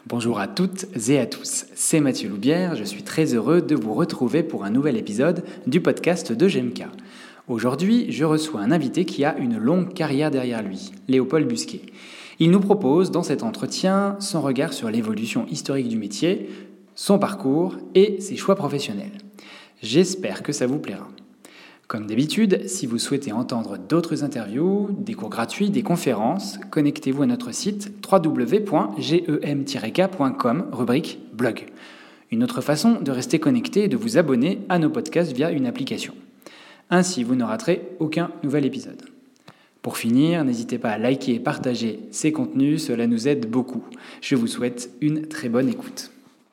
Bonjour à toutes et à tous, c'est Mathieu Loubière, je suis très heureux de vous retrouver pour un nouvel épisode du podcast de GMK. Aujourd'hui, je reçois un invité qui a une longue carrière derrière lui, Léopold Busquet. Il nous propose dans cet entretien son regard sur l'évolution historique du métier, son parcours et ses choix professionnels. J'espère que ça vous plaira. Comme d'habitude, si vous souhaitez entendre d'autres interviews, des cours gratuits, des conférences, connectez-vous à notre site www.gem-k.com, rubrique blog. Une autre façon de rester connecté est de vous abonner à nos podcasts via une application. Ainsi, vous ne raterez aucun nouvel épisode. Pour finir, n'hésitez pas à liker et partager ces contenus, cela nous aide beaucoup. Je vous souhaite une très bonne écoute.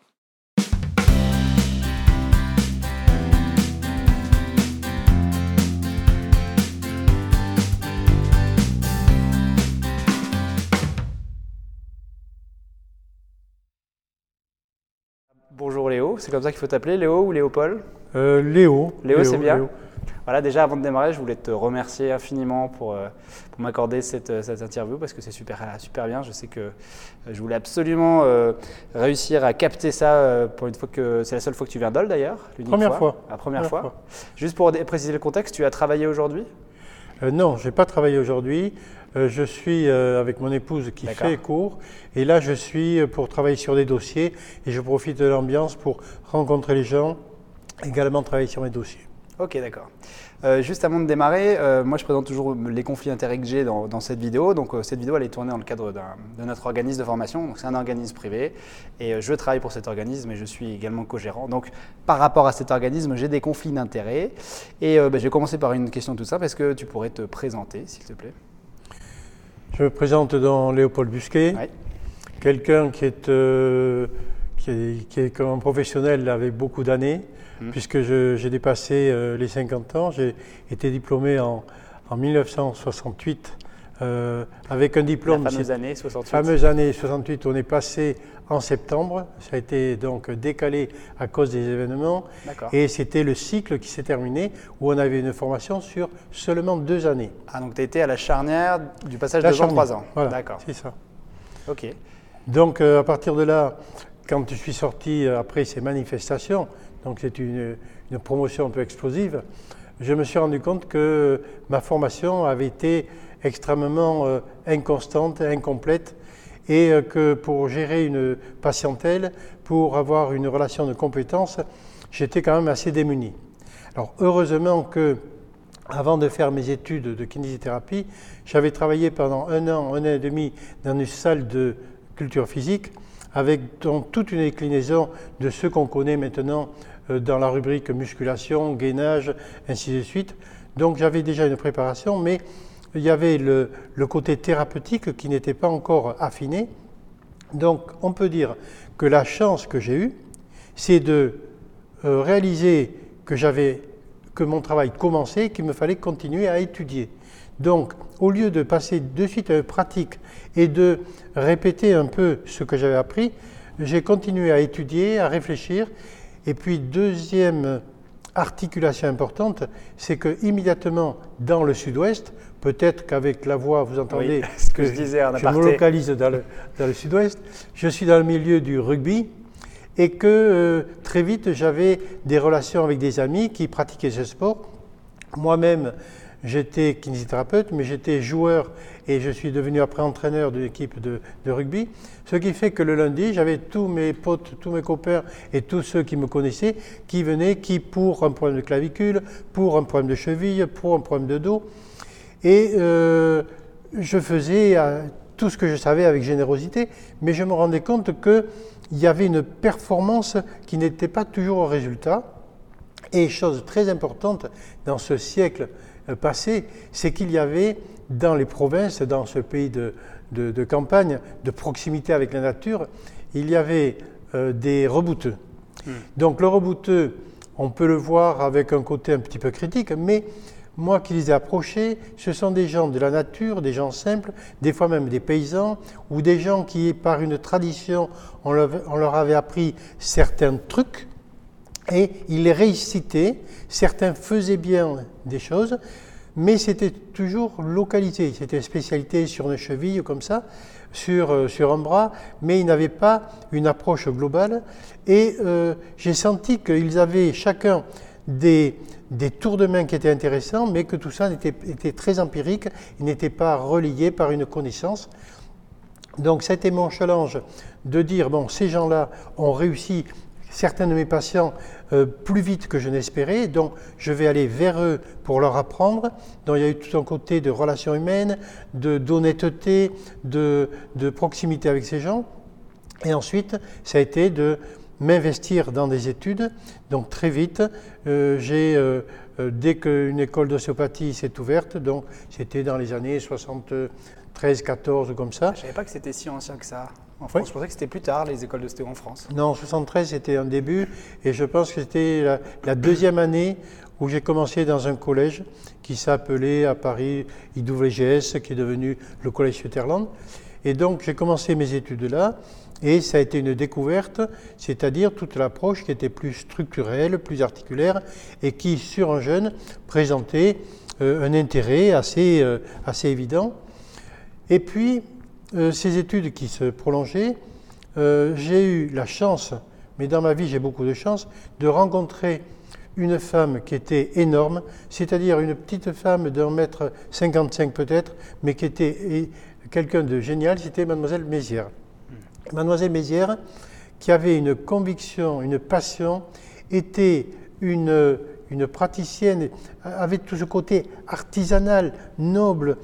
Bonjour Léo, c'est comme ça qu'il faut t'appeler, Léo ou Léopold ? Léo, c'est bien. Léo. Voilà, déjà avant de démarrer, je voulais te remercier infiniment pour m'accorder cette interview parce que c'est super bien. Je sais que je voulais absolument réussir à capter ça pour une fois que c'est la seule fois que tu viens d'Ol d'ailleurs. Première fois. La première fois. Juste pour préciser le contexte, tu as travaillé aujourd'hui ? Non, je n'ai pas travaillé aujourd'hui. Je suis avec mon épouse qui fait cours et là je suis pour travailler sur des dossiers et je profite de l'ambiance pour rencontrer les gens, également travailler sur mes dossiers. Ok, d'accord. Juste avant de démarrer, moi je présente toujours les conflits d'intérêts que j'ai dans cette vidéo. Donc cette vidéo elle est tournée dans le cadre de notre organisme de formation. Donc c'est un organisme privé et je travaille pour cet organisme et je suis également co-gérant. Donc par rapport à cet organisme, j'ai des conflits d'intérêts. Et je vais commencer par une question toute simple. Est-ce que tu pourrais te présenter s'il te plaît ? Je me présente dans Léopold Busquet, quelqu'un qui est comme un professionnel avec beaucoup d'années. Puisque j'ai dépassé les 50 ans, j'ai été diplômé en 1968 avec un diplôme. La fameuse année 68. Fameuse année 68, on est passé en septembre, ça a été donc décalé à cause des événements. Et c'était le cycle qui s'est terminé où on avait une formation sur seulement 2 années. Ah donc tu étais à la charnière du passage de 2 ans, 3 ans. Voilà, d'accord. C'est ça. Ok. Donc à partir de là, quand je suis sorti après ces manifestations, donc c'est une promotion un peu explosive, je me suis rendu compte que ma formation avait été extrêmement inconstante, incomplète et que pour gérer une patientèle, pour avoir une relation de compétence, j'étais quand même assez démuni. Alors heureusement que, avant de faire mes études de kinésithérapie, j'avais travaillé pendant 1 an et demi dans une salle de culture physique avec donc toute une déclinaison de ce qu'on connaît maintenant dans la rubrique musculation, gainage, ainsi de suite. Donc j'avais déjà une préparation, mais il y avait le côté thérapeutique qui n'était pas encore affiné. Donc on peut dire que la chance que j'ai eue, c'est de réaliser que mon travail commençait, qu'il me fallait continuer à étudier. Donc au lieu de passer de suite à une pratique et de répéter un peu ce que j'avais appris, j'ai continué à étudier, à réfléchir. Et puis, deuxième articulation importante, c'est qu'immédiatement dans le sud-ouest, peut-être qu'avec la voix, vous entendez ce que je disais en aparté. Je me localise dans le sud-ouest, je suis dans le milieu du rugby et que très vite, j'avais des relations avec des amis qui pratiquaient ce sport. Moi-même, j'étais kinésithérapeute, mais j'étais joueur et je suis devenu après entraîneur d'une équipe de rugby. Ce qui fait que le lundi, j'avais tous mes potes, tous mes copains et tous ceux qui me connaissaient qui venaient, qui pour un problème de clavicule, pour un problème de cheville, pour un problème de dos. Et je faisais tout ce que je savais avec générosité, mais je me rendais compte qu'il y avait une performance qui n'était pas toujours au résultat. Et chose très importante dans ce siècle passé, c'est qu'il y avait dans les provinces, dans ce pays de campagne, de proximité avec la nature, il y avait des rebouteux. Donc le rebouteux, on peut le voir avec un côté un petit peu critique, mais moi qui les ai approchés, ce sont des gens de la nature, des gens simples, des fois même des paysans, ou des gens qui, par une tradition, on leur avait appris certains trucs, et ils les récitaient, certains faisaient bien des choses, mais c'était toujours localisé, c'était une spécialité sur une cheville comme ça. sur un bras, mais ils n'avaient pas une approche globale. Et j'ai senti qu'ils avaient chacun des tours de main qui étaient intéressants, mais que tout ça était très empirique, il n'était pas relié par une connaissance. Donc c'était mon challenge de dire, bon, ces gens-là ont réussi, certains de mes patients, plus vite que je n'espérais, donc je vais aller vers eux pour leur apprendre. Donc il y a eu tout un côté de relations humaines, d'honnêteté, de proximité avec ces gens. Et ensuite, ça a été de m'investir dans des études. Donc très vite, dès qu'une école d'ostéopathie s'est ouverte, donc c'était dans les années 73-14 comme ça. Je ne savais pas que c'était si ancien que ça en France. Oui. Je pensais que c'était plus tard les écoles d'ostéo en France. Non, 73 c'était un début et je pense que c'était la deuxième année où j'ai commencé dans un collège qui s'appelait à Paris IWGS, qui est devenu le collège Sutherland. Et donc j'ai commencé mes études là. Et ça a été une découverte, c'est-à-dire toute l'approche qui était plus structurelle, plus articulaire, et qui, sur un jeune, présentait un intérêt assez évident. Et puis, ces études qui se prolongeaient, j'ai eu la chance, mais dans ma vie j'ai beaucoup de chance, de rencontrer une femme qui était énorme, c'est-à-dire une petite femme d'1,55 m peut-être, mais qui était quelqu'un de génial, c'était Mademoiselle Mézières. Mademoiselle Mézières, qui avait une conviction, une passion, était une praticienne, avait tout ce côté artisanal, noble,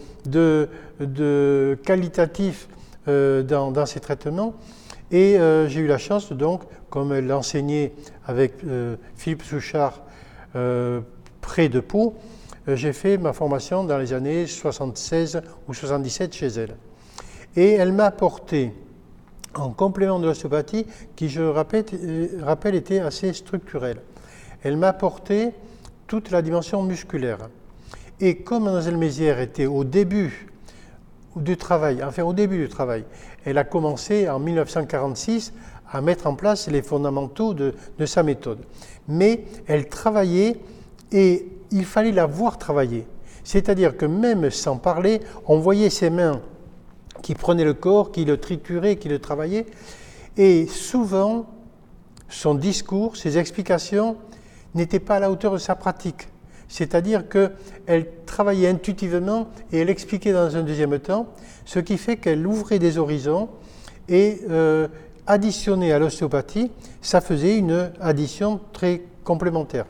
de qualitatif dans ses traitements. Et j'ai eu la chance, donc, comme elle enseignait avec Philippe Souchard près de Pau, j'ai fait ma formation dans les années 76 ou 77 chez elle. Et elle m'a apporté, en complément de l'ostéopathie, qui, je rappelle, était assez structurelle. Elle m'a apporté toute la dimension musculaire. Et comme Mlle Mézières était au début du travail, elle a commencé en 1946 à mettre en place les fondamentaux de sa méthode. Mais elle travaillait et il fallait la voir travailler. C'est-à-dire que même sans parler, on voyait ses mains qui prenait le corps, qui le triturait, qui le travaillait. Et souvent, son discours, ses explications n'étaient pas à la hauteur de sa pratique. C'est-à-dire qu'elle travaillait intuitivement et elle expliquait dans un deuxième temps, ce qui fait qu'elle ouvrait des horizons et additionné à l'ostéopathie, ça faisait une addition très complémentaire.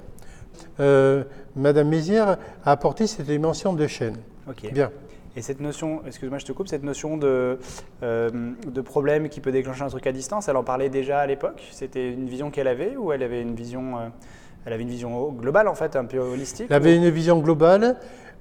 Madame Mézières a apporté cette dimension de chaîne. Ok. Bien. Et cette notion, excuse-moi je te coupe, cette notion de problème qui peut déclencher un truc à distance, elle en parlait déjà à l'époque? C'était une vision qu'elle avait ou elle avait une vision globale en fait, un peu holistique? Elle avait une vision globale.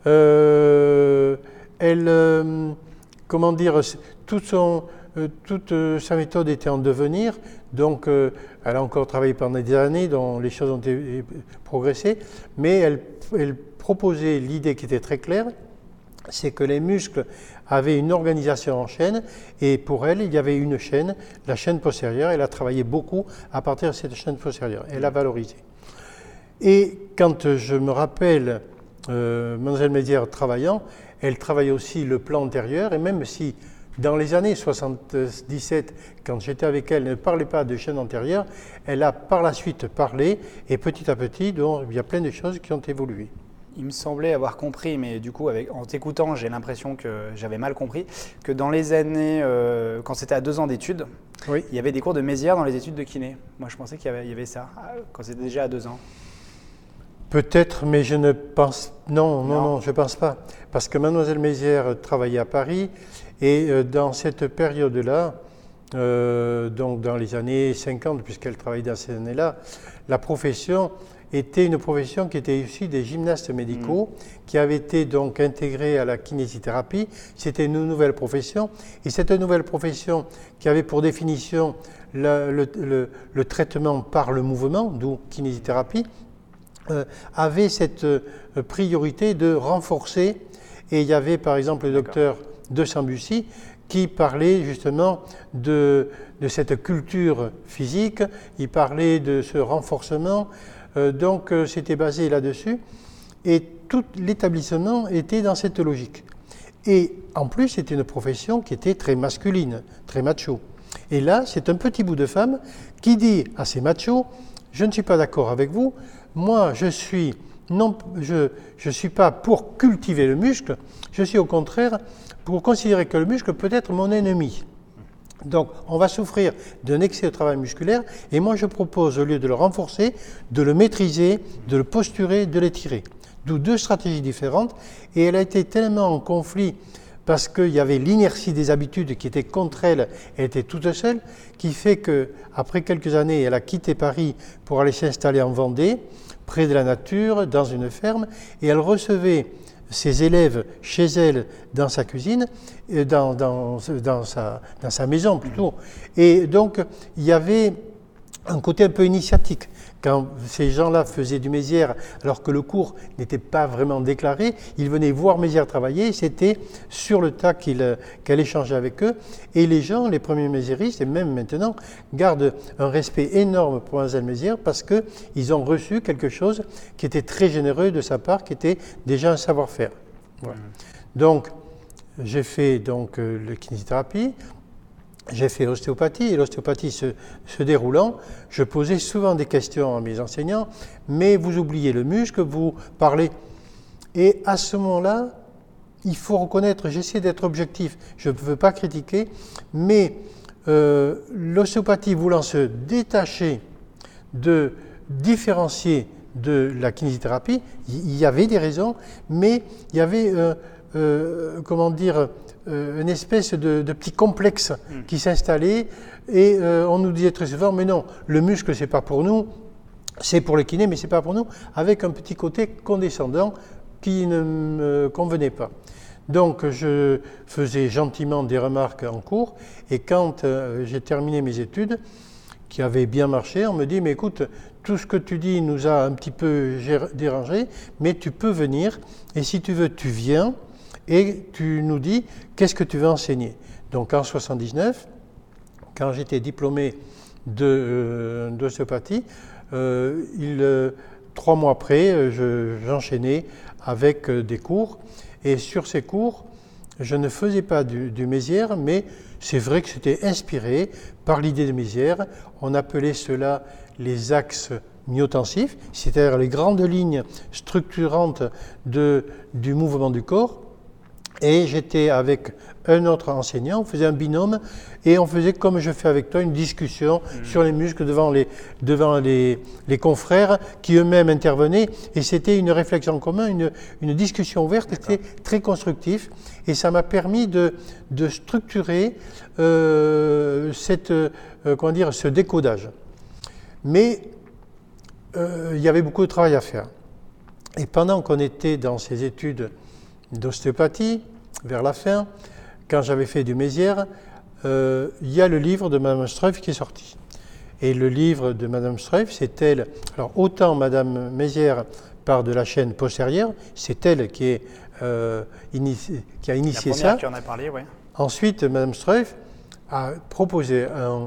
Toute sa méthode était en devenir, donc elle a encore travaillé pendant des années dont les choses ont progressé, mais elle proposait l'idée qui était très claire, c'est que les muscles avaient une organisation en chaîne et pour elle, il y avait une chaîne, la chaîne postérieure. Elle a travaillé beaucoup à partir de cette chaîne postérieure. Elle l'a valorisée. Et quand je me rappelle Mlle Mézières travaillant, elle travaillait aussi le plan antérieur et même si dans les années 77, quand j'étais avec elle, elle ne parlait pas de chaîne antérieure, elle a par la suite parlé et petit à petit, donc, il y a plein de choses qui ont évolué. Il me semblait avoir compris, mais du coup, en t'écoutant, j'ai l'impression que j'avais mal compris, que dans les années, quand c'était à 2 ans d'études, oui, il y avait des cours de Mézières dans les études de kiné. Moi, je pensais qu'il y avait ça, quand c'était déjà à 2 ans. Peut-être, mais je ne pense... Non, je ne pense pas. Parce que Mlle Mézières travaillait à Paris, et dans cette période-là, donc dans les années 50, puisqu'elle travaillait dans ces années-là, la profession était une profession qui était issue des gymnastes médicaux, qui avaient été donc intégrés à la kinésithérapie. C'était une nouvelle profession, et cette nouvelle profession qui avait pour définition le traitement par le mouvement, d'où kinésithérapie, avait cette priorité de renforcer, et il y avait par exemple le docteur de Sambucy qui parlait justement de cette culture physique, il parlait de ce renforcement, donc c'était basé là-dessus, et tout l'établissement était dans cette logique. Et en plus, c'était une profession qui était très masculine, très macho. Et là, c'est un petit bout de femme qui dit à ces machos, je ne suis pas d'accord avec vous, moi je suis pas pour cultiver le muscle, je suis au contraire pour considérer que le muscle peut être mon ennemi. Donc on va souffrir d'un excès de travail musculaire et moi je propose, au lieu de le renforcer, de le maîtriser, de le posturer, de l'étirer. D'où deux stratégies différentes et elle a été tellement en conflit parce qu'il y avait l'inertie des habitudes qui était contre elle, elle était toute seule, qui fait qu'après quelques années, elle a quitté Paris pour aller s'installer en Vendée, près de la nature, dans une ferme, et elle recevait ses élèves chez elle, dans sa cuisine, dans sa maison plutôt. Et donc, il y avait un côté un peu initiatique. Quand ces gens-là faisaient du Mézières, alors que le cours n'était pas vraiment déclaré, ils venaient voir Mézières travailler, c'était sur le tas qu'elle échangeait avec eux. Et les gens, les premiers méziéristes, et même maintenant, gardent un respect énorme pour Mlle Mézières parce qu'ils ont reçu quelque chose qui était très généreux de sa part, qui était déjà un savoir-faire. Voilà. Donc, j'ai fait la kinésithérapie. J'ai fait l'ostéopathie, et l'ostéopathie se déroulant, je posais souvent des questions à mes enseignants, mais vous oubliez le muscle, vous parlez. Et à ce moment-là, il faut reconnaître, j'essaie d'être objectif, je ne veux pas critiquer, mais l'ostéopathie voulant se détacher, de différencier de la kinésithérapie, il y avait des raisons, mais il y avait, une espèce de petit complexe qui s'installait et on nous disait très souvent, mais non, le muscle c'est pas pour nous, c'est pour les kinés, mais c'est pas pour nous, avec un petit côté condescendant qui ne me convenait pas. Donc je faisais gentiment des remarques en cours et quand j'ai terminé mes études, qui avaient bien marché, on me dit, mais écoute, tout ce que tu dis nous a un petit peu dérangé, mais tu peux venir et si tu veux, tu viens. Et tu nous dis, qu'est-ce que tu veux enseigner? Donc en 1979, quand j'étais diplômé d'ostéopathie, 3 mois après, j'enchaînais avec des cours. Et sur ces cours, je ne faisais pas du Mézières, mais c'est vrai que c'était inspiré par l'idée de Mézières. On appelait cela les axes myotensifs, c'est-à-dire les grandes lignes structurantes du mouvement du corps. Et j'étais avec un autre enseignant, on faisait un binôme et on faisait, comme je fais avec toi, une discussion sur les muscles devant les confrères qui eux-mêmes intervenaient. Et c'était une réflexion en commun, une discussion ouverte, c'était très constructif. Et ça m'a permis de structurer ce décodage. Mais il y avait beaucoup de travail à faire. Et pendant qu'on était dans ces études d'ostéopathie, vers la fin, quand j'avais fait du Mézières, il y a le livre de Mme Streuf qui est sorti. Et le livre de Mme Streuf, c'est elle. Alors, autant Mme Mézières part de la chaîne postérieure, c'est elle qui a initié ça. Qui en a parlé, ouais. Ensuite, Mme Streuf a proposé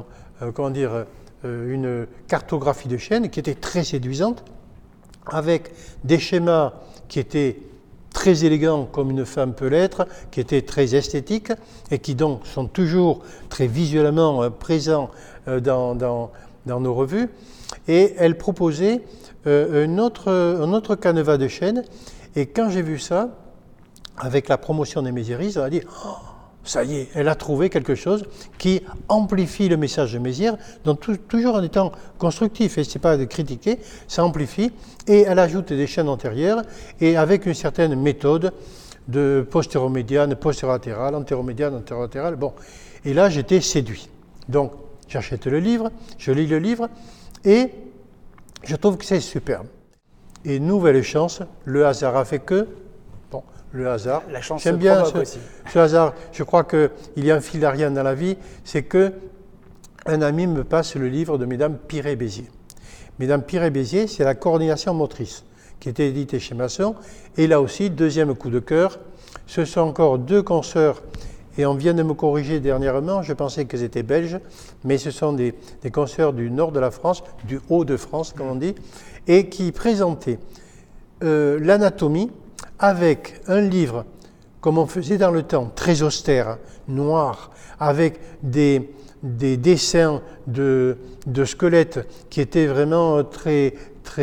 une cartographie de chaîne qui était très séduisante, avec des schémas qui étaient très élégants comme une femme peut l'être, qui étaient très esthétiques et qui donc sont toujours très visuellement présents dans nos revues. Et elle proposait un autre canevas de chaînes. Et quand j'ai vu ça, avec la promotion des Méziéristes, on a dit oh, ça y est, elle a trouvé quelque chose qui amplifie le message de Mézières, donc toujours en étant constructif, et ce n'est pas de critiquer, ça amplifie, et elle ajoute des chaînes antérieures, et avec une certaine méthode de postéromédiane, postérolatérale, antéromédiane, antérolatérale, bon. Et là, j'étais séduit. Donc, j'achète le livre, je lis le livre, et je trouve que c'est superbe. Et nouvelle chance, le hasard a fait que... Le hasard. La chance j'aime bien aussi. Ce hasard. Je crois qu'il y a un fil d'Ariane dans la vie, c'est que un ami me passe le livre de Mesdames Piré-Béziers. Mesdames Piré-Béziers, c'est la coordination motrice, qui était éditée chez Masson. Et là aussi, deuxième coup de cœur, ce sont encore 2 consoeurs, et on vient de me corriger dernièrement, je pensais qu'elles étaient belges, mais ce sont des consoeurs du nord de la France, du Haut-de-France, comme on dit, et qui présentaient l'anatomie, avec un livre comme on faisait dans le temps, très austère, noir, avec des dessins de squelettes qui étaient vraiment très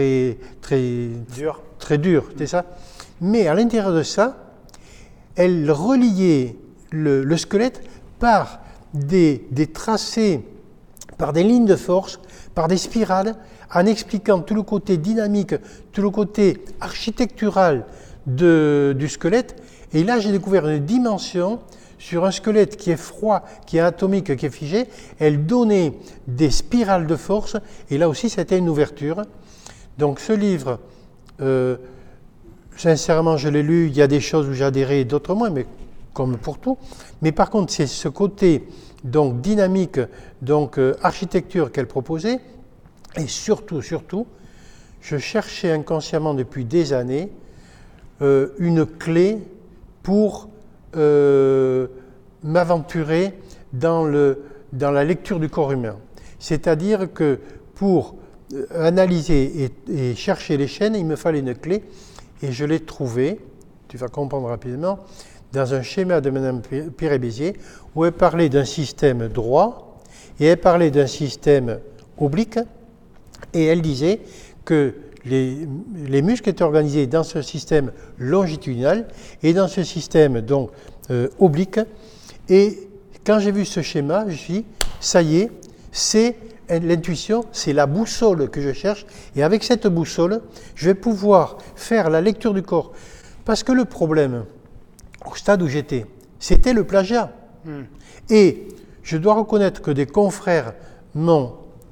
durs, c'est ça. Mais à l'intérieur de ça, elle reliait le squelette par des tracés, par des lignes de force, par des spirales, en expliquant tout le côté dynamique, tout le côté architectural du squelette. Et là, j'ai découvert une dimension sur un squelette qui est froid, qui est atomique, qui est figé. Elle donnait des spirales de force, et là aussi, c'était une ouverture. Donc ce livre, sincèrement, je l'ai lu, il y a des choses où j'ai adhéré, d'autres moins, mais comme pour tout. Mais par contre, c'est ce côté donc dynamique, donc architecture qu'elle proposait, et surtout, je cherchais inconsciemment depuis des années une clé pour m'aventurer dans la lecture du corps humain. C'est-à-dire que pour analyser et chercher les chaînes, il me fallait une clé, et je l'ai trouvée, tu vas comprendre rapidement, dans un schéma de Mme Piré-Bézier, où elle parlait d'un système droit, et elle parlait d'un système oblique, et elle disait que les muscles étaient organisés dans ce système longitudinal et dans ce système donc oblique. Et quand j'ai vu ce schéma, je me suis dit, ça y est, c'est l'intuition, c'est la boussole que je cherche. Et avec cette boussole, je vais pouvoir faire la lecture du corps. Parce que le problème, au stade où j'étais, c'était le plagiat. Et je dois reconnaître que des confrères m'ont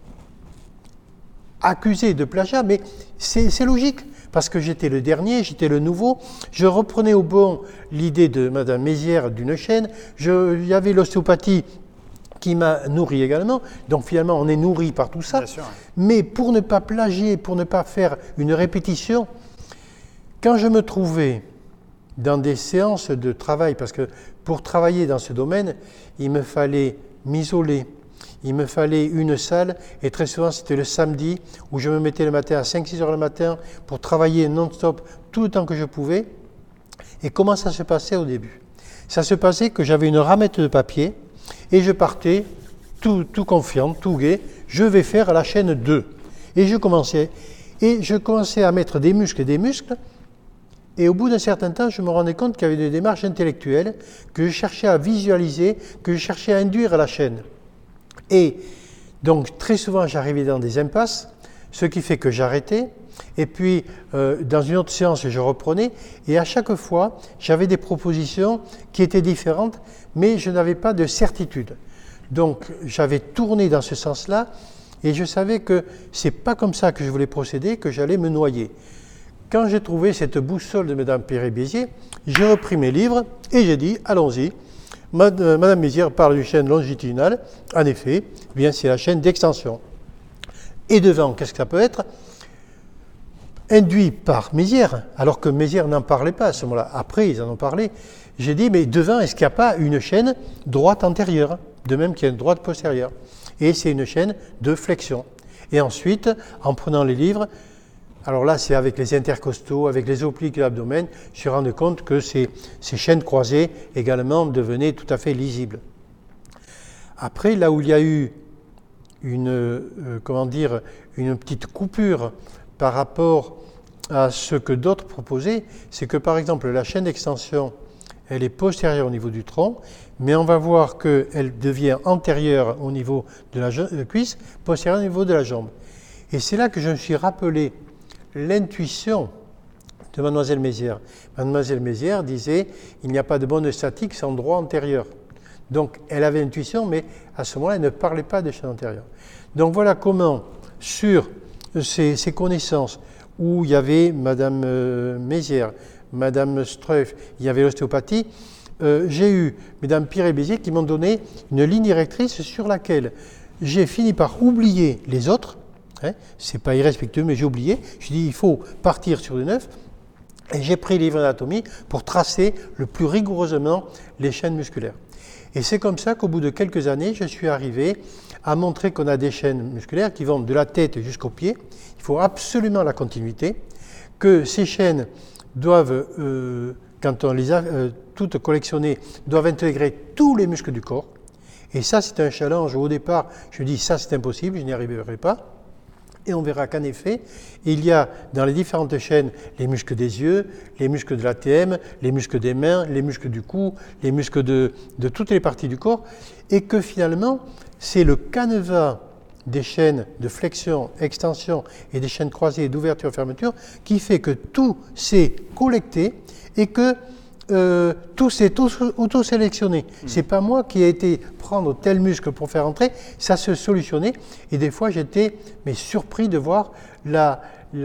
accusé de plagiat, mais c'est logique, parce que j'étais le dernier, j'étais le nouveau, je reprenais au bon l'idée de Mme Mézières d'une chaîne, il y avait l'ostéopathie qui m'a nourri également, donc finalement on est nourri par tout ça, mais pour ne pas plagier, pour ne pas faire une répétition, quand je me trouvais dans des séances de travail, parce que pour travailler dans ce domaine, il me fallait m'isoler, il me fallait une salle, et très souvent c'était le samedi, où je me mettais le matin à 5-6 heures le matin pour travailler non-stop tout le temps que je pouvais. Et comment ça se passait au début? Ça se passait que j'avais une ramette de papier, et je partais tout confiant, tout gai, je vais faire la chaîne 2. Et je commençais à mettre des muscles, et au bout d'un certain temps, je me rendais compte qu'il y avait des démarches intellectuelles que je cherchais à visualiser, que je cherchais à induire à la chaîne. Et donc très souvent j'arrivais dans des impasses, ce qui fait que j'arrêtais, et puis dans une autre séance je reprenais, et à chaque fois j'avais des propositions qui étaient différentes, mais je n'avais pas de certitude. Donc j'avais tourné dans ce sens-là, et je savais que c'est pas comme ça que je voulais procéder, que j'allais me noyer. Quand j'ai trouvé cette boussole de Mme Piré-Bézier, j'ai repris mes livres et j'ai dit allons-y. Madame Mézières parle d'une chaîne longitudinale, en effet, eh bien c'est la chaîne d'extension. Et devant, qu'est-ce que ça peut être? Induit par Mézières, alors que Mézières n'en parlait pas à ce moment-là. Après, ils en ont parlé. J'ai dit, mais devant, est-ce qu'il n'y a pas une chaîne droite antérieure, de même qu'il y a une droite postérieure? Et c'est une chaîne de flexion. Et ensuite, en prenant les livres, alors là, c'est avec les intercostaux, avec les obliques et l'abdomen, je me suis rendu compte que ces chaînes croisées également devenaient tout à fait lisibles. Après, là où il y a eu une petite coupure par rapport à ce que d'autres proposaient, c'est que par exemple la chaîne d'extension, elle est postérieure au niveau du tronc, mais on va voir qu'elle devient antérieure au niveau de la cuisse, postérieure au niveau de la jambe. Et c'est là que je me suis rappelé l'intuition de Mademoiselle Mézières. Mademoiselle Mézières disait « il n'y a pas de bande statique sans droit antérieur ». Donc elle avait l'intuition, mais à ce moment-là, elle ne parlait pas de chaîne antérieure. Donc voilà comment, sur ces connaissances, où il y avait Madame Mézières, Madame Streuf, il y avait l'ostéopathie, j'ai eu Mesdames Piré-Bézier qui m'ont donné une ligne directrice sur laquelle j'ai fini par oublier les autres. C'est pas irrespectueux, mais j'ai oublié. Je dis il faut partir sur du neuf. Et j'ai pris les livres d'anatomie pour tracer le plus rigoureusement les chaînes musculaires. Et c'est comme ça qu'au bout de quelques années, je suis arrivé à montrer qu'on a des chaînes musculaires qui vont de la tête jusqu'aux pieds. Il faut absolument la continuité, que ces chaînes doivent, quand on les a toutes collectionnées, doivent intégrer tous les muscles du corps. Et ça, c'est un challenge. Au départ, je me dis, ça, c'est impossible, je n'y arriverai pas. Et on verra qu'en effet, il y a dans les différentes chaînes les muscles des yeux, les muscles de l'ATM, les muscles des mains, les muscles du cou, les muscles de toutes les parties du corps, et que finalement, c'est le canevas des chaînes de flexion, extension et des chaînes croisées d'ouverture, fermeture, qui fait que tout s'est collecté et que tout s'est auto-sélectionné. C'est pas moi qui ai été prendre tel muscle pour faire entrer, ça se solutionnait. Et des fois, j'étais surpris de voir la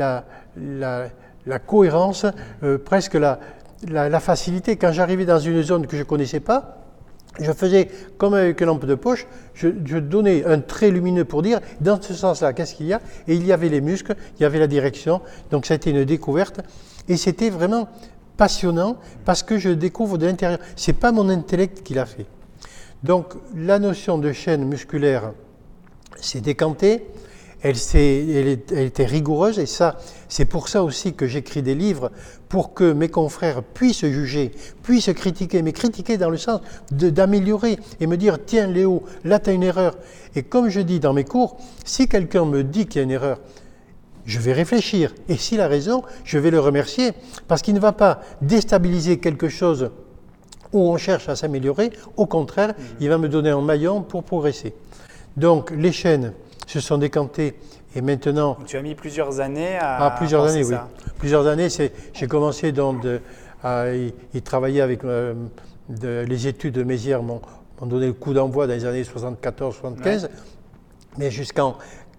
cohérence, presque la facilité. Quand j'arrivais dans une zone que je ne connaissais pas, je faisais comme avec une lampe de poche, je donnais un trait lumineux pour dire, dans ce sens-là, qu'est-ce qu'il y a? Et il y avait les muscles, il y avait la direction. Donc ça a été une découverte. Et c'était vraiment passionnant parce que je découvre de l'intérieur. Ce n'est pas mon intellect qui l'a fait. Donc la notion de chaîne musculaire s'est décantée, elle était rigoureuse et ça, c'est pour ça aussi que j'écris des livres pour que mes confrères puissent juger, puissent critiquer, mais critiquer dans le sens d'améliorer et me dire tiens Léo, là tu as une erreur. Et comme je dis dans mes cours, si quelqu'un me dit qu'il y a une erreur, je vais réfléchir. Et s'il a raison, je vais le remercier parce qu'il ne va pas déstabiliser quelque chose où on cherche à s'améliorer. Au contraire, il va me donner un maillon pour progresser. Donc, les chaînes se sont décantées et maintenant... Tu as mis plusieurs années à plusieurs années, ça. Oui. Plusieurs années, j'ai commencé donc à y travailler avec les études de Mézières m'ont donné le coup d'envoi dans les années 74-75, ouais. Mais jusqu'en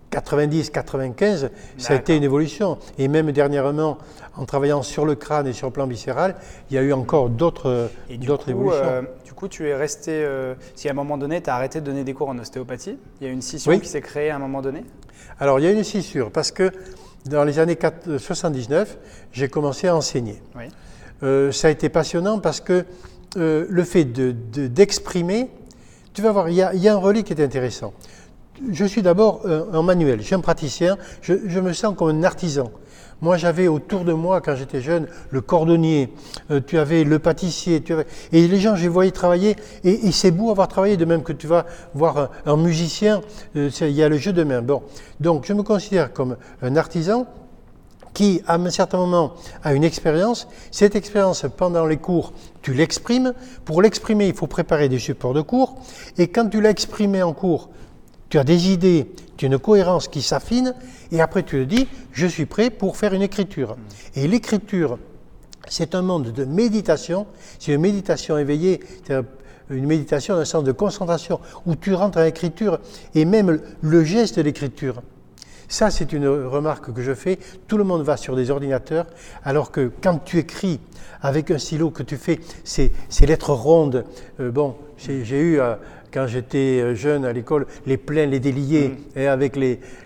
90-95, ça a été une évolution. Et même dernièrement, en travaillant sur le crâne et sur le plan viscéral, il y a eu encore d'autres évolutions. Du coup, tu es resté... si à un moment donné, tu as arrêté de donner des cours en ostéopathie, il y a une scission qui s'est créée à un moment donné? Alors, il y a une scissure parce que dans les années 79, j'ai commencé à enseigner. Oui. Ça a été passionnant parce que le fait d'exprimer, tu vas voir, il y a un relais qui est intéressant. Je suis d'abord un manuel, je suis un praticien, je me sens comme un artisan. Moi, j'avais autour de moi, quand j'étais jeune, le cordonnier, tu avais le pâtissier, et les gens, je les voyais travailler, et c'est beau avoir travaillé, de même que tu vas voir un musicien, il y a le jeu de main. Bon. Donc, je me considère comme un artisan qui, à un certain moment, a une expérience. Cette expérience, pendant les cours, tu l'exprimes. Pour l'exprimer, il faut préparer des supports de cours, et quand tu l'as exprimé en cours, tu as des idées, tu as une cohérence qui s'affine, et après tu le dis, je suis prêt pour faire une écriture. Et l'écriture, c'est un monde de méditation, c'est une méditation éveillée, c'est une méditation dans le sens de concentration, où tu rentres à l'écriture, et même le geste de l'écriture. Ça, c'est une remarque que je fais, tout le monde va sur des ordinateurs, alors que quand tu écris avec un stylo, que tu fais ces lettres rondes, j'ai eu... quand j'étais jeune à l'école, les pleins, les déliés, et avec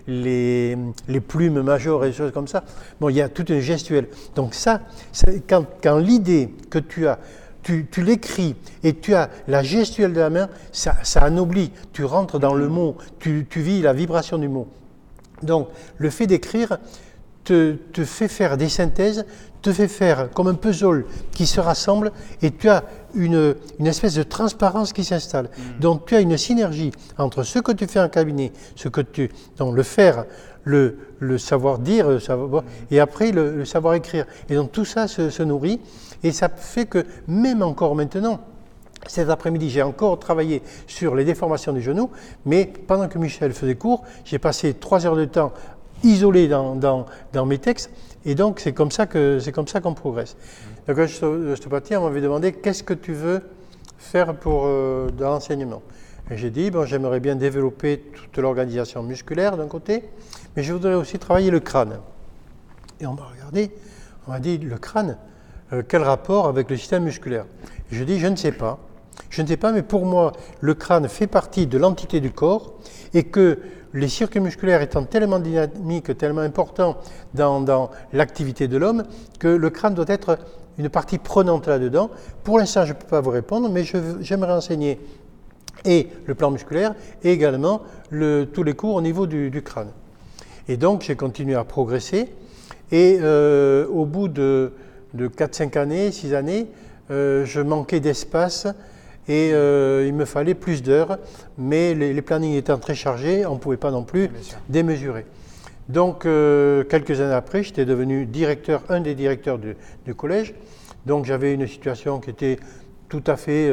les plumes majeures et des choses comme ça. Bon, il y a toute une gestuelle. Donc ça quand l'idée que tu as, tu l'écris et tu as la gestuelle de la main, ça anoblit. Tu rentres dans le mot, tu vis la vibration du mot. Donc le fait d'écrire te fait faire des synthèses, te fait faire comme un puzzle qui se rassemble et tu as une espèce de transparence qui s'installe. Donc tu as une synergie entre ce que tu fais en cabinet, donc le faire, le savoir dire, et après le savoir écrire. Et donc tout ça se nourrit et ça fait que même encore maintenant, cet après-midi, j'ai encore travaillé sur les déformations du genou, mais pendant que Michel faisait cours, j'ai passé 3 heures de temps isolé dans mes textes, et donc c'est comme ça qu'on progresse. Donc l'ostéopathie, on m'avait demandé qu'est-ce que tu veux faire dans l'enseignement. Et j'ai dit j'aimerais bien développer toute l'organisation musculaire d'un côté, mais je voudrais aussi travailler le crâne. Et on m'a regardé, on m'a dit le crâne, quel rapport avec le système musculaire? Et je dis je ne sais pas. Je ne sais pas, mais pour moi, le crâne fait partie de l'entité du corps et que les circuits musculaires étant tellement dynamiques, tellement importants dans l'activité de l'homme, que le crâne doit être une partie prenante là-dedans. Pour l'instant, je ne peux pas vous répondre, mais j'aimerais enseigner et le plan musculaire et également tous les cours au niveau du crâne. Et donc, j'ai continué à progresser et au bout de 4-5 années, 6 années, je manquais d'espace et il me fallait plus d'heures, mais les plannings étant très chargés, on ne pouvait pas non plus démesurer. Donc, quelques années après, j'étais devenu un des directeurs du collège. Donc, j'avais une situation qui était tout à fait,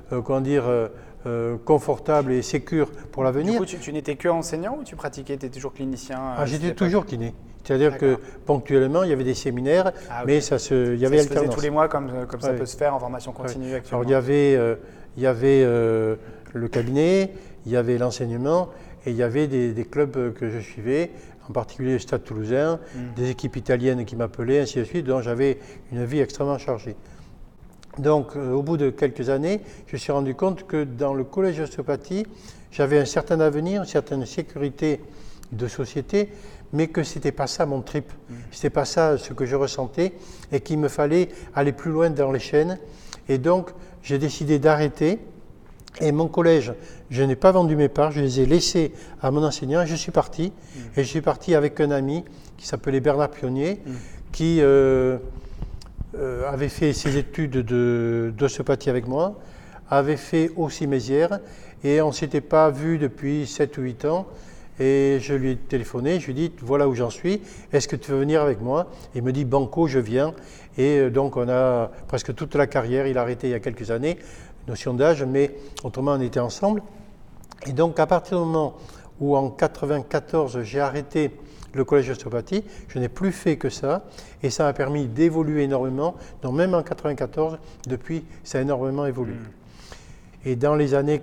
confortable et sécure pour l'avenir. Du coup, tu n'étais que enseignant ou tu pratiquais, tu étais toujours clinicien j'étais toujours kiné. C'est-à-dire que ponctuellement, il y avait des séminaires, mais il y avait alternance. Ça se faisait tous les mois comme ça peut se faire en formation continue actuellement. Alors, il y avait le cabinet, il y avait l'enseignement et il y avait des clubs que je suivais, en particulier le Stade Toulousain, des équipes italiennes qui m'appelaient, ainsi de suite, donc j'avais une vie extrêmement chargée. Donc, au bout de quelques années, je me suis rendu compte que dans le collège d'ostéopathie, j'avais un certain avenir, une certaine sécurité de société, mais que ce n'était pas ça mon trip, ce n'était pas ça ce que je ressentais, et qu'il me fallait aller plus loin dans les chaînes. Et donc, j'ai décidé d'arrêter. Et mon collège, je n'ai pas vendu mes parts, je les ai laissés à mon enseignant et je suis parti. Et je suis parti avec un ami qui s'appelait Bernard Pionnier, qui avait fait ses études d'ostéopathie avec moi, avait fait aussi Mézières, et on ne s'était pas vu depuis 7 ou 8 ans. Et je lui ai téléphoné, je lui ai dit, voilà où j'en suis, est-ce que tu veux venir avec moi? Il me dit, banco, je viens. Et donc on a presque toute la carrière, il a arrêté il y a quelques années, notion d'âge, mais autrement on était ensemble. Et donc à partir du moment où en 1994 j'ai arrêté le collège d'ostéopathie, je n'ai plus fait que ça, et ça m'a permis d'évoluer énormément. Donc même en 1994, depuis, ça a énormément évolué. Et dans les années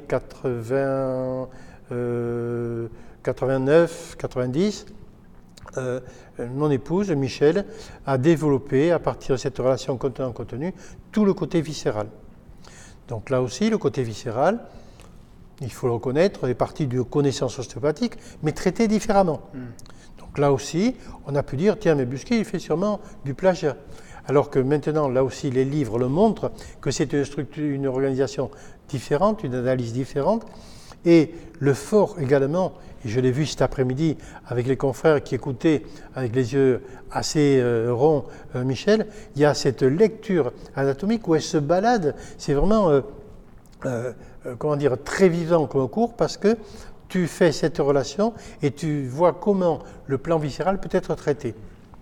89, 90, mon épouse, Michel, a développé, à partir de cette relation contenant-contenu, tout le côté viscéral. Donc là aussi, le côté viscéral, il faut le reconnaître, est parti de connaissances ostéopathiques, mais traité différemment. Donc là aussi, on a pu dire, tiens, mais Busquet, il fait sûrement du plagiat. Alors que maintenant, là aussi, les livres le montrent, que c'est une structure, une organisation différente, une analyse différente. Et le fort également, et je l'ai vu cet après-midi avec les confrères qui écoutaient avec les yeux assez ronds Michel, il y a cette lecture anatomique où elle se balade, c'est vraiment très vivant comme cours parce que tu fais cette relation et tu vois comment le plan viscéral peut être traité.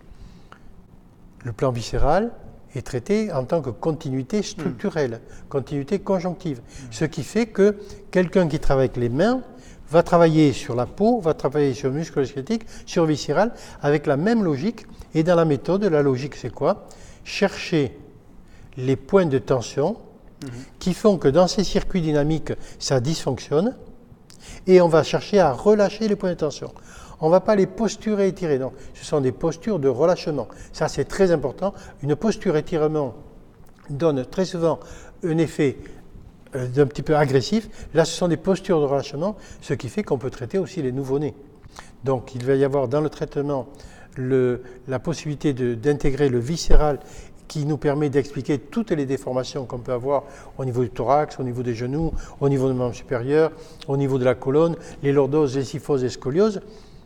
Le plan viscéral est traité en tant que continuité structurelle, continuité conjonctive. Ce qui fait que quelqu'un qui travaille avec les mains va travailler sur la peau, va travailler sur le muscle squelettique, sur le viscéral, avec la même logique. Et dans la méthode, la logique c'est quoi? Chercher les points de tension qui font que dans ces circuits dynamiques, ça dysfonctionne, et on va chercher à relâcher les points de tension. On ne va pas les posturer et étirer, non. Ce sont des postures de relâchement. Ça, c'est très important. Une posture étirement donne très souvent un effet d'un petit peu agressif. Là, ce sont des postures de relâchement, ce qui fait qu'on peut traiter aussi les nouveau-nés. Donc, il va y avoir dans le traitement la possibilité d'intégrer le viscéral qui nous permet d'expliquer toutes les déformations qu'on peut avoir au niveau du thorax, au niveau des genoux, au niveau du membre supérieur, au niveau de la colonne, les lordoses, les kyphoses et scolioses.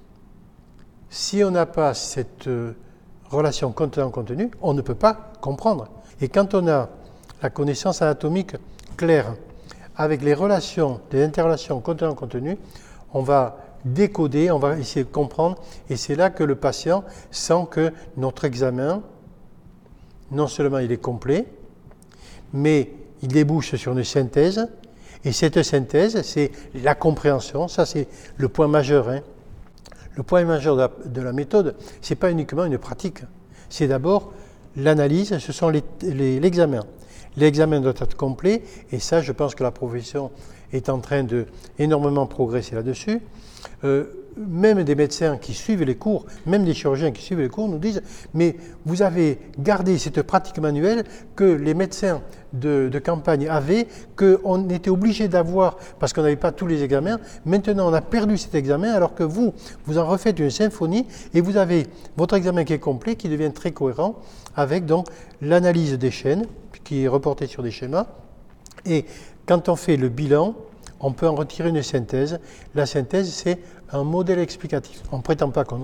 Si on n'a pas cette relation contenant-contenu, on ne peut pas comprendre. Et quand on a la connaissance anatomique claire avec les relations, les interrelations contenant-contenu, on va décoder, on va essayer de comprendre, et c'est là que le patient sent que notre examen, non seulement il est complet, mais il débouche sur une synthèse, et cette synthèse, c'est la compréhension, ça c'est le point majeur. Le point majeur de la méthode, ce n'est pas uniquement une pratique, c'est d'abord l'analyse, ce sont l'examen. L'examen doit être complet, et ça, je pense que la profession est en train de énormément progresser là-dessus. Même des médecins qui suivent les cours, même des chirurgiens qui suivent les cours nous disent « mais vous avez gardé cette pratique manuelle que les médecins de campagne avaient, qu'on était obligé d'avoir parce qu'on n'avait pas tous les examens. Maintenant, on a perdu cet examen alors que vous en refaites une symphonie et vous avez votre examen qui est complet, qui devient très cohérent avec donc l'analyse des chaînes qui est reportée sur des schémas. Et quand on fait le bilan, on peut en retirer une synthèse. La synthèse, c'est un modèle explicatif. On ne prétend pas qu'on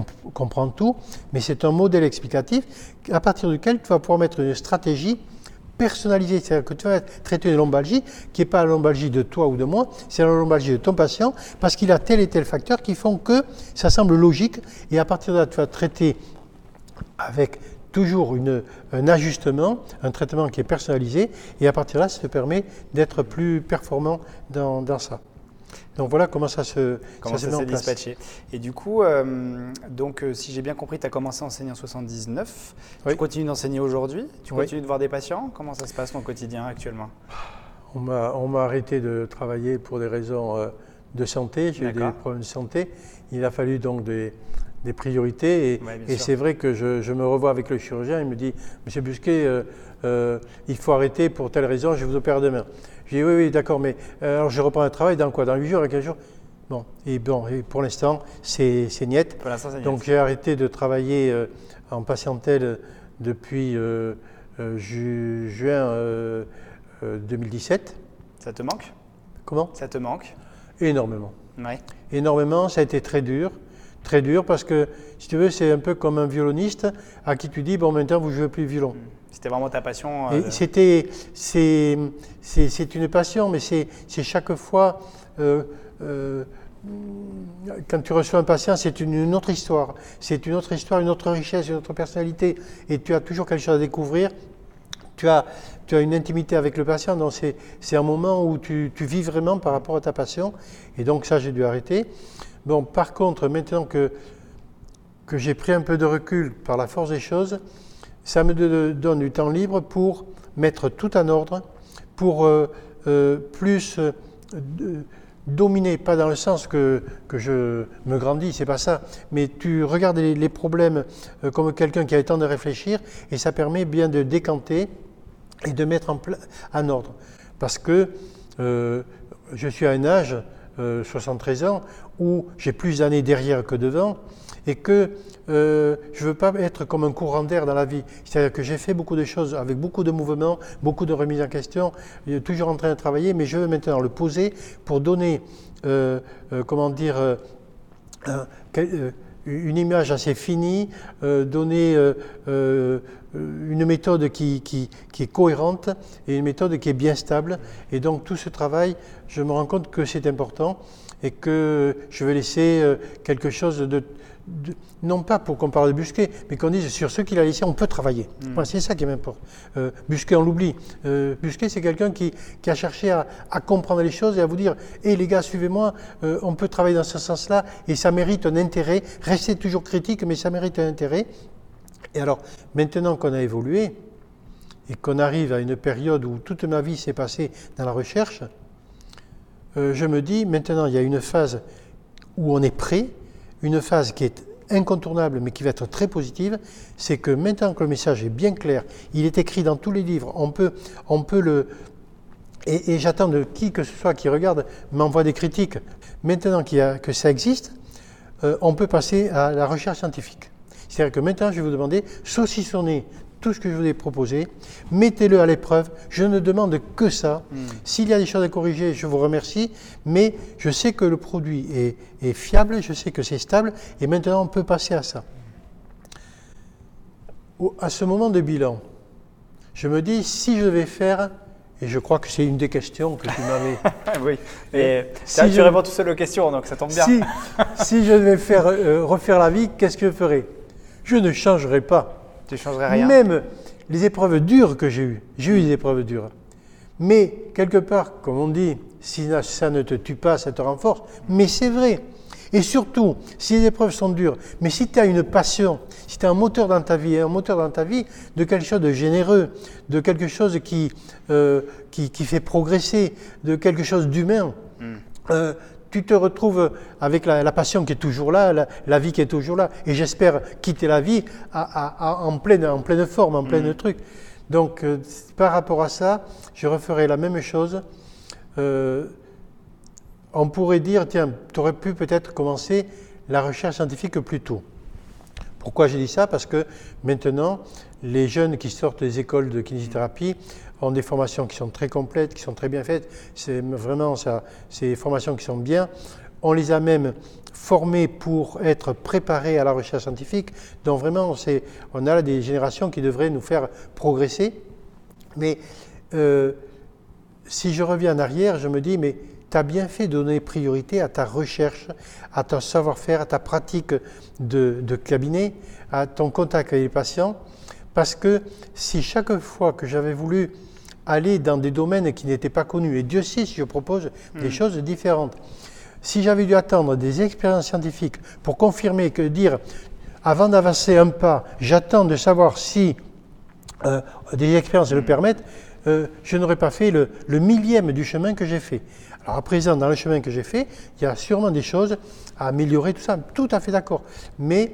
comprend tout, mais c'est un modèle explicatif à partir duquel tu vas pouvoir mettre une stratégie personnalisé, c'est-à-dire que tu vas traiter une lombalgie qui n'est pas la lombalgie de toi ou de moi, c'est la lombalgie de ton patient, parce qu'il a tel et tel facteur qui font que ça semble logique, et à partir de là, tu vas traiter avec toujours un ajustement, un traitement qui est personnalisé, et à partir de là, ça te permet d'être plus performant dans ça. Donc voilà comment ça se met en place. Dispatché. Et du coup, si j'ai bien compris, tu as commencé à enseigner en 79. Oui. Tu continues d'enseigner aujourd'hui. Tu continues de voir des patients. Comment ça se passe ton quotidien actuellement? On m'a arrêté de travailler pour des raisons de santé. J'ai eu des problèmes de santé. Il a fallu donc des priorités. Et c'est vrai que je me revois avec le chirurgien. Il me dit, Monsieur Busquet, il faut arrêter pour telle raison, je vous opère demain. J'ai dit oui, d'accord, mais alors je reprends le travail dans quoi? Dans 8 jours, à 15 jours? Et pour l'instant, c'est niet. Donc j'ai arrêté de travailler en patientèle depuis juin 2017. Ça te manque? Comment? Ça te manque? Énormément. Ouais. Énormément, ça a été très dur parce que, si tu veux, c'est un peu comme un violoniste à qui tu dis, bon, maintenant, vous ne jouez plus le violon. C'était vraiment ta passion C'est une passion, mais c'est chaque fois, quand tu reçois un patient, c'est une autre histoire. C'est une autre histoire, une autre richesse, une autre personnalité. Et tu as toujours quelque chose à découvrir. Tu as une intimité avec le patient, donc c'est un moment où tu vis vraiment par rapport à ta passion. Et donc ça, j'ai dû arrêter. Bon, par contre, maintenant que j'ai pris un peu de recul par la force des choses, ça me donne du temps libre pour mettre tout en ordre, pour plus dominer, pas dans le sens que je me grandis, c'est pas ça, mais tu regardes les problèmes comme quelqu'un qui a le temps de réfléchir, et ça permet bien de décanter et de mettre en ordre. Parce que je suis à un âge, 73 ans, où j'ai plus d'années derrière que devant, et que je ne veux pas être comme un courant d'air dans la vie. C'est-à-dire que j'ai fait beaucoup de choses avec beaucoup de mouvements, beaucoup de remises en question, toujours en train de travailler, mais je veux maintenant le poser pour donner, une image assez finie, donner une méthode qui est cohérente et une méthode qui est bien stable. Et donc tout ce travail, je me rends compte que c'est important et que je vais laisser quelque chose non pas pour qu'on parle de Busquet, mais qu'on dise sur ce qu'il a laissé, on peut travailler. Moi, c'est ça qui m'importe. Busquet, on l'oublie. Busquet, c'est quelqu'un qui a cherché à comprendre les choses et à vous dire « Hé les gars, suivez-moi, on peut travailler dans ce sens-là et ça mérite un intérêt. Restez toujours critique, mais ça mérite un intérêt. » Et alors, maintenant qu'on a évolué et qu'on arrive à une période où toute ma vie s'est passée dans la recherche, je me dis, maintenant, il y a une phase où on est prêt, une phase qui est incontournable, mais qui va être très positive, c'est que maintenant que le message est bien clair, il est écrit dans tous les livres, on peut le... Et j'attends de qui que ce soit qui regarde, m'envoie des critiques. Maintenant que ça existe, on peut passer à la recherche scientifique. C'est-à-dire que maintenant, je vais vous demander, saucissonnez tout ce que je vous ai proposé, mettez-le à l'épreuve, je ne demande que ça. S'il y a des choses à corriger, je vous remercie, mais je sais que le produit est fiable, je sais que c'est stable, et maintenant on peut passer à ça. À ce moment de bilan, je me dis, si je vais faire, et je crois que c'est une des questions que tu m'avais... Oui, et si tu réponds tout seul aux questions, donc ça tombe bien. Si je devais refaire la vie, qu'est-ce que je ferais? Je ne changerai pas. Tu ne changerais rien. Même les épreuves dures que j'ai eu des épreuves dures. Mais quelque part, comme on dit, si ça ne te tue pas, ça te renforce. Mais c'est vrai. Et surtout, si les épreuves sont dures, mais si tu as une passion, si tu as un moteur dans ta vie, de quelque chose de généreux, de quelque chose qui fait progresser, de quelque chose d'humain, tu te retrouves avec la passion qui est toujours là, la vie qui est toujours là. Et j'espère quitter la vie en pleine forme, en plein truc. Donc, par rapport à ça, je referai la même chose. On pourrait dire, tiens, tu aurais pu peut-être commencer la recherche scientifique plus tôt. Pourquoi j'ai dit ça? Parce que maintenant, les jeunes qui sortent des écoles de kinésithérapie ont des formations qui sont très complètes, qui sont très bien faites. C'est vraiment ça, c'est des formations qui sont bien. On les a même formés pour être préparés à la recherche scientifique. Donc vraiment, on a là des générations qui devraient nous faire progresser. Mais si je reviens en arrière, je me dis, mais tu as bien fait de donner priorité à ta recherche, à ton savoir-faire, à ta pratique de cabinet, à ton contact avec les patients, parce que si chaque fois que j'avais voulu aller dans des domaines qui n'étaient pas connus, et Dieu sait si je propose des choses différentes, si j'avais dû attendre des expériences scientifiques pour confirmer que dire, avant d'avancer un pas, j'attends de savoir si des expériences le permettent, je n'aurais pas fait le millième du chemin que j'ai fait. Alors à présent, dans le chemin que j'ai fait, il y a sûrement des choses à améliorer, tout ça, tout à fait d'accord. Mais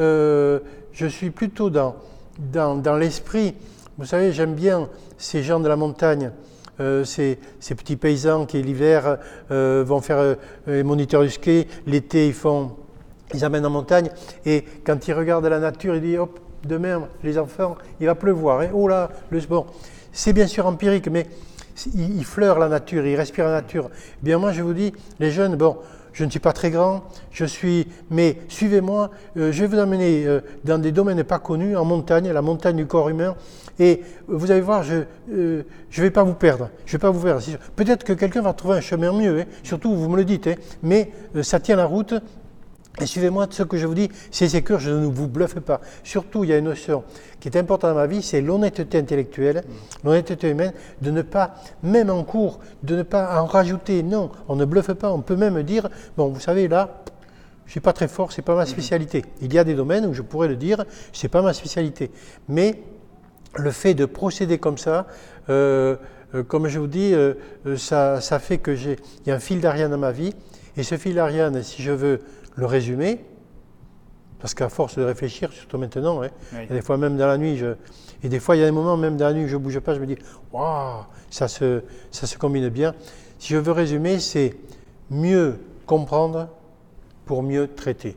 je suis plutôt dans l'esprit, vous savez, j'aime bien ces gens de la montagne, ces petits paysans qui l'hiver vont faire les moniteurs du ski, l'été ils amènent en montagne, et quand ils regardent la nature, ils disent hop, demain les enfants, il va pleuvoir, hein, oh là, le sport. C'est bien sûr empirique, mais ils fleurent la nature, ils respirent la nature. Bien moi je vous dis, les jeunes, bon, je ne suis pas très grand, mais suivez-moi, je vais vous amener dans des domaines pas connus, en montagne, la montagne du corps humain, et vous allez voir, je ne vais pas vous perdre, je vais pas vous perdre. Peut-être que quelqu'un va trouver un chemin mieux, hein, surtout vous me le dites, hein, mais ça tient la route. Et suivez-moi, ce que je vous dis, c'est sécure, je ne vous bluffe pas. Surtout, il y a une notion qui est importante dans ma vie, c'est l'honnêteté intellectuelle, l'honnêteté humaine, de ne pas, même en cours, de ne pas en rajouter. Non, on ne bluffe pas, on peut même dire, bon, vous savez, là, je ne suis pas très fort, ce n'est pas ma spécialité. Il y a des domaines où je pourrais le dire, ce n'est pas ma spécialité. Mais le fait de procéder comme ça, comme je vous dis, ça fait que il y a un fil d'Ariane dans ma vie, et ce fil d'Ariane, si je veux le résumer, parce qu'à force de réfléchir, surtout maintenant, hein, oui. Il y a des fois même dans la nuit, et des fois il y a des moments même dans la nuit où je ne bouge pas, je me dis waouh, ça se combine bien. Si je veux résumer, c'est mieux comprendre pour mieux traiter.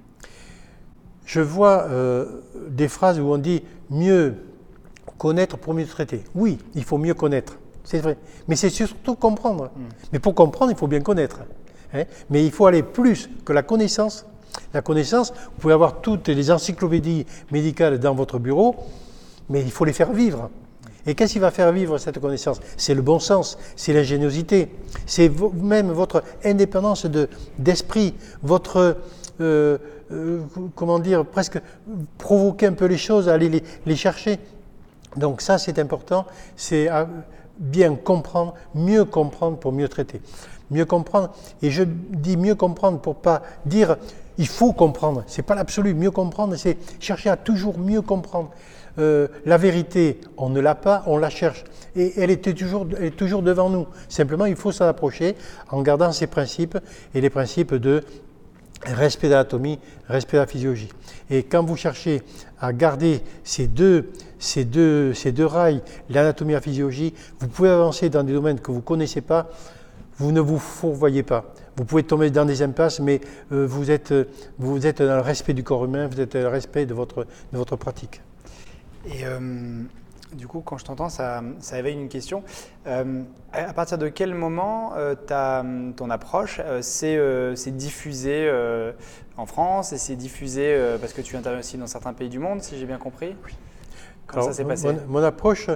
Je vois des phrases où on dit mieux connaître pour mieux traiter. Oui, il faut mieux connaître, c'est vrai, mais c'est surtout comprendre. Mais pour comprendre, il faut bien connaître. Hein, mais il faut aller plus que la connaissance. La connaissance, vous pouvez avoir toutes les encyclopédies médicales dans votre bureau, mais il faut les faire vivre. Et qu'est-ce qui va faire vivre cette connaissance? C'est le bon sens, c'est l'ingéniosité, c'est même votre indépendance d'esprit, votre, comment dire, presque provoquer un peu les choses, aller les chercher. Donc ça, c'est important, c'est bien comprendre, mieux comprendre pour mieux traiter. Mieux comprendre, et je dis mieux comprendre pour ne pas dire il faut comprendre, ce n'est pas l'absolu. Mieux comprendre, c'est chercher à toujours mieux comprendre. La vérité, on ne l'a pas, on la cherche, et elle est toujours devant nous. Simplement, il faut s'en approcher en gardant ses principes, et les principes de respect de l'anatomie, respect de la physiologie. Et quand vous cherchez à garder ces deux rails, l'anatomie et la physiologie, vous pouvez avancer dans des domaines que vous ne connaissez pas. Vous ne vous fourvoyez pas. Vous pouvez tomber dans des impasses, mais vous êtes dans le respect du corps humain, vous êtes dans le respect de votre pratique. Et du coup, quand je t'entends, ça éveille une question. À partir de quel moment ton approche s'est diffusée en France et s'est diffusée parce que tu interviens aussi dans certains pays du monde, si j'ai bien compris? Oui. Comment ça s'est passé? Mon approche,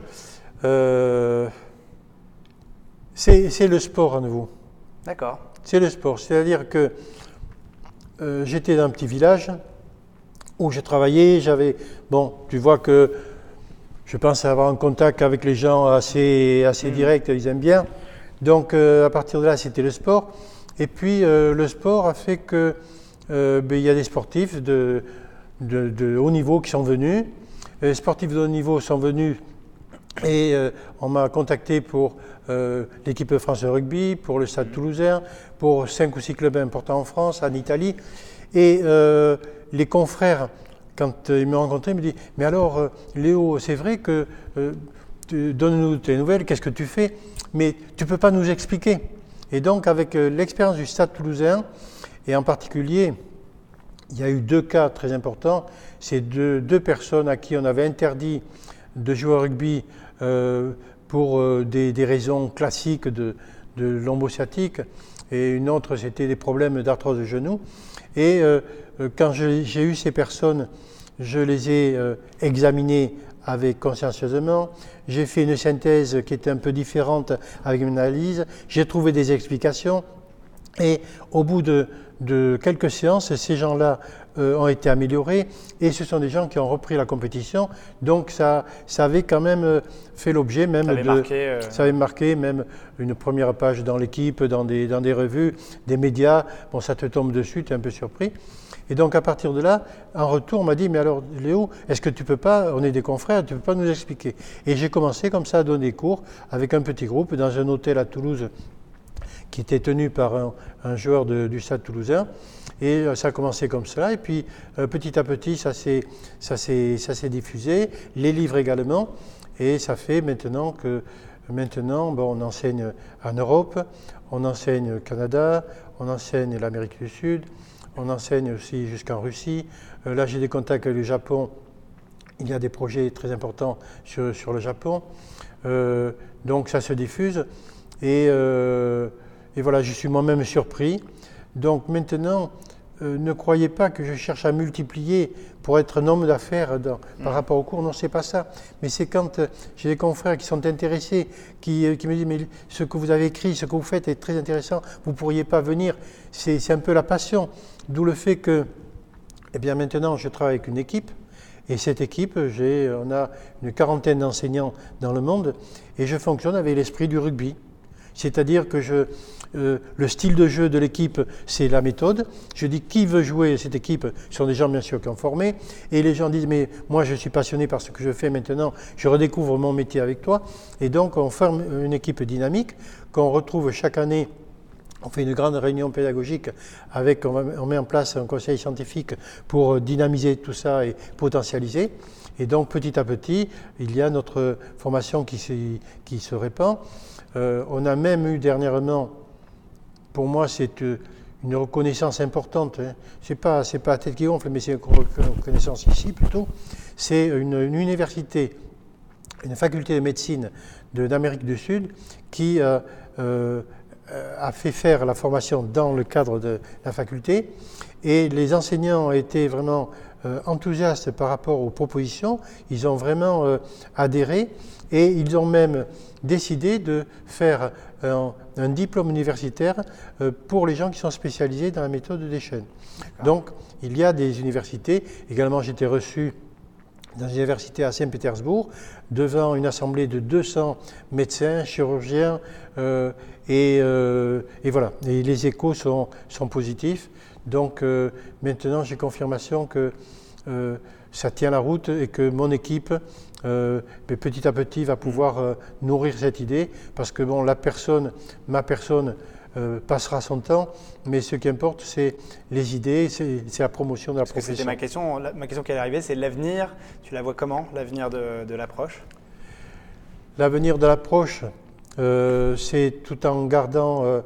c'est le sport à nouveau. D'accord. C'est le sport, c'est-à-dire que j'étais dans un petit village où je travaillais, tu vois que je pense avoir un contact avec les gens assez direct, ils aiment bien. Donc à partir de là, c'était le sport. Et puis le sport a fait que il y a des sportifs de haut niveau qui sont venus. Les sportifs de haut niveau sont venus et on m'a contacté pour l'équipe de France de rugby, pour le Stade Toulousain, pour 5 ou 6 clubs importants en France, en Italie. Et les confrères, quand ils m'ont rencontré, ils me disent « Mais alors, Léo, c'est vrai que donne-nous tes nouvelles, qu'est-ce que tu fais? Mais tu ne peux pas nous expliquer. » Et donc, avec l'expérience du Stade Toulousain, et en particulier, il y a eu 2 cas très importants. C'est deux personnes à qui on avait interdit de jouer au rugby pour des raisons classiques de lombo-sciatique, et une autre, c'était des problèmes d'arthrose de genou. Et quand j'ai eu ces personnes, je les ai examinées avec consciencieusement. J'ai fait une synthèse qui était un peu différente avec une analyse. J'ai trouvé des explications. Et au bout de quelques séances, ces gens-là ont été améliorés et ce sont des gens qui ont repris la compétition. Donc ça avait quand même fait l'objet même ça avait marqué même une première page dans l'équipe, dans des revues, des médias. Bon, ça te tombe dessus, tu es un peu surpris. Et donc à partir de là, en retour, on m'a dit, mais alors Léo, est-ce que tu peux pas, on est des confrères, tu peux pas nous expliquer? Et j'ai commencé comme ça à donner cours avec un petit groupe dans un hôtel à Toulouse qui était tenu par un joueur du Stade Toulousain. Et ça a commencé comme cela. Et puis petit à petit, ça s'est diffusé, les livres également. Et ça fait maintenant on enseigne en Europe, on enseigne au Canada, on enseigne l'Amérique du Sud, on enseigne aussi jusqu'en Russie. Là, j'ai des contacts avec le Japon. Il y a des projets très importants sur le Japon. Donc ça se diffuse. Et voilà, je suis moi-même surpris. Donc maintenant, ne croyez pas que je cherche à multiplier pour être un homme d'affaires par rapport au cours. Non, c'est pas ça. Mais c'est quand j'ai des confrères qui sont intéressés, qui me disent, mais ce que vous avez écrit, ce que vous faites est très intéressant, vous ne pourriez pas venir. C'est un peu la passion. D'où le fait que, eh bien maintenant, je travaille avec une équipe. Et cette équipe, on a une quarantaine d'enseignants dans le monde. Et je fonctionne avec l'esprit du rugby. C'est-à-dire que le style de jeu de l'équipe, c'est la méthode. Je dis qui veut jouer cette équipe, ce sont des gens bien sûr qui ont formé. Et les gens disent, mais moi je suis passionné par ce que je fais maintenant, je redécouvre mon métier avec toi. Et donc on forme une équipe dynamique qu'on retrouve chaque année. On fait une grande réunion pédagogique on met en place un conseil scientifique pour dynamiser tout ça et potentialiser. Et donc petit à petit, il y a notre formation qui se répand. On a même eu dernièrement, pour moi c'est une reconnaissance importante, hein. C'est pas la tête qui gonfle, mais c'est une reconnaissance ici plutôt. C'est une université, une faculté de médecine d'Amérique du Sud qui a fait faire la formation dans le cadre de la faculté. Et les enseignants ont été vraiment enthousiastes par rapport aux propositions. Ils ont vraiment adhéré et ils ont même décidé de faire un diplôme universitaire pour les gens qui sont spécialisés dans la méthode des chaînes. Donc, il y a des universités. Également, j'ai été reçu dans une université à Saint-Pétersbourg, devant une assemblée de 200 médecins, chirurgiens, et voilà. Et les échos sont positifs. Donc maintenant, j'ai confirmation que ça tient la route et que mon équipe, petit à petit, va pouvoir nourrir cette idée, parce que bon, ma personne passera son temps, mais ce qui importe, c'est les idées, c'est la promotion de la profession. C'était ma question qui allait arriver, c'est l'avenir. Tu la vois comment, l'avenir de l'approche? L'avenir de l'approche, c'est tout en gardant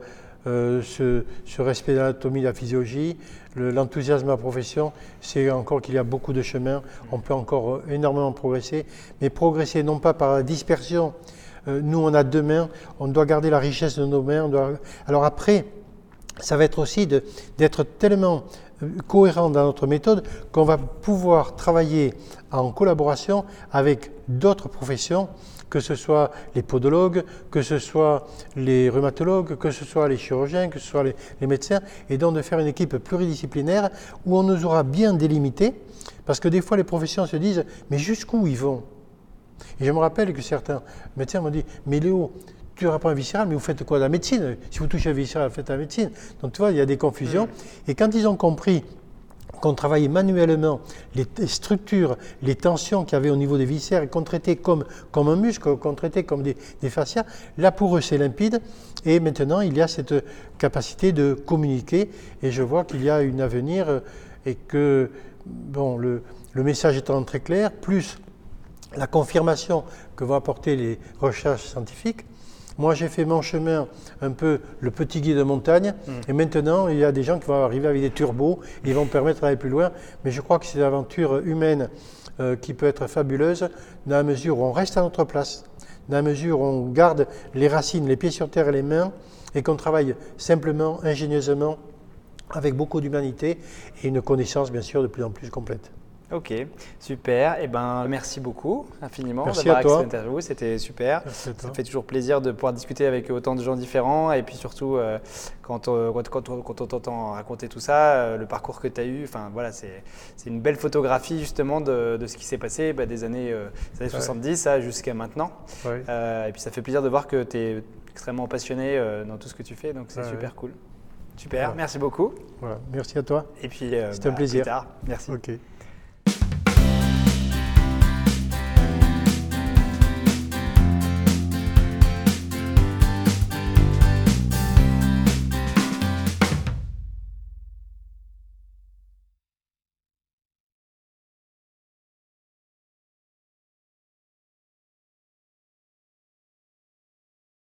ce respect de l'anatomie, de la physiologie, l'enthousiasme de la profession, c'est encore qu'il y a beaucoup de chemin, on peut encore énormément progresser, mais progresser non pas par la dispersion. Nous, on a 2 mains, on doit garder la richesse de nos mains. Alors après, ça va être aussi d'être tellement cohérent dans notre méthode qu'on va pouvoir travailler en collaboration avec d'autres professions, que ce soit les podologues, que ce soit les rhumatologues, que ce soit les chirurgiens, que ce soit les médecins, et donc de faire une équipe pluridisciplinaire où on nous aura bien délimité, parce que des fois les professions se disent « mais jusqu'où ils vont ?» Et je me rappelle que certains médecins m'ont dit « mais Léo, tu apprends un viscéral, mais vous faites quoi? De la médecine? Si vous touchez un viscéral, vous faites la médecine. » Donc tu vois, il y a des confusions. Et quand ils ont compris qu'on travaillait manuellement les structures, les tensions qu'il y avait au niveau des viscères, qu'on traitait comme un muscle, qu'on traitait comme des fascias, là pour eux c'est limpide. Et maintenant il y a cette capacité de communiquer, et je vois qu'il y a un avenir et que bon, le message étant très clair, plus la confirmation que vont apporter les recherches scientifiques. Moi, j'ai fait mon chemin un peu le petit guide de montagne, et maintenant, il y a des gens qui vont arriver avec des turbos, et ils vont me permettre d'aller plus loin. Mais je crois que c'est une aventure humaine qui peut être fabuleuse, dans la mesure où on reste à notre place, dans la mesure où on garde les racines, les pieds sur terre et les mains, et qu'on travaille simplement, ingénieusement, avec beaucoup d'humanité, et une connaissance, bien sûr, de plus en plus complète. Ok, super. Eh ben, merci beaucoup infiniment Merci d'avoir à toi. accepté l'interview. C'était super. Merci à toi. Ça fait toujours plaisir de pouvoir discuter avec autant de gens différents. Et puis surtout, quand on t'entend raconter tout ça, le parcours que tu as eu, voilà, c'est une belle photographie justement de ce qui s'est passé des années 70 jusqu'à maintenant. Ouais. Et puis ça fait plaisir de voir que tu es extrêmement passionné dans tout ce que tu fais. Donc c'est super cool. Super, merci beaucoup. Voilà. Merci à toi. Et puis C'était un plaisir. plus tard. Merci. Ok.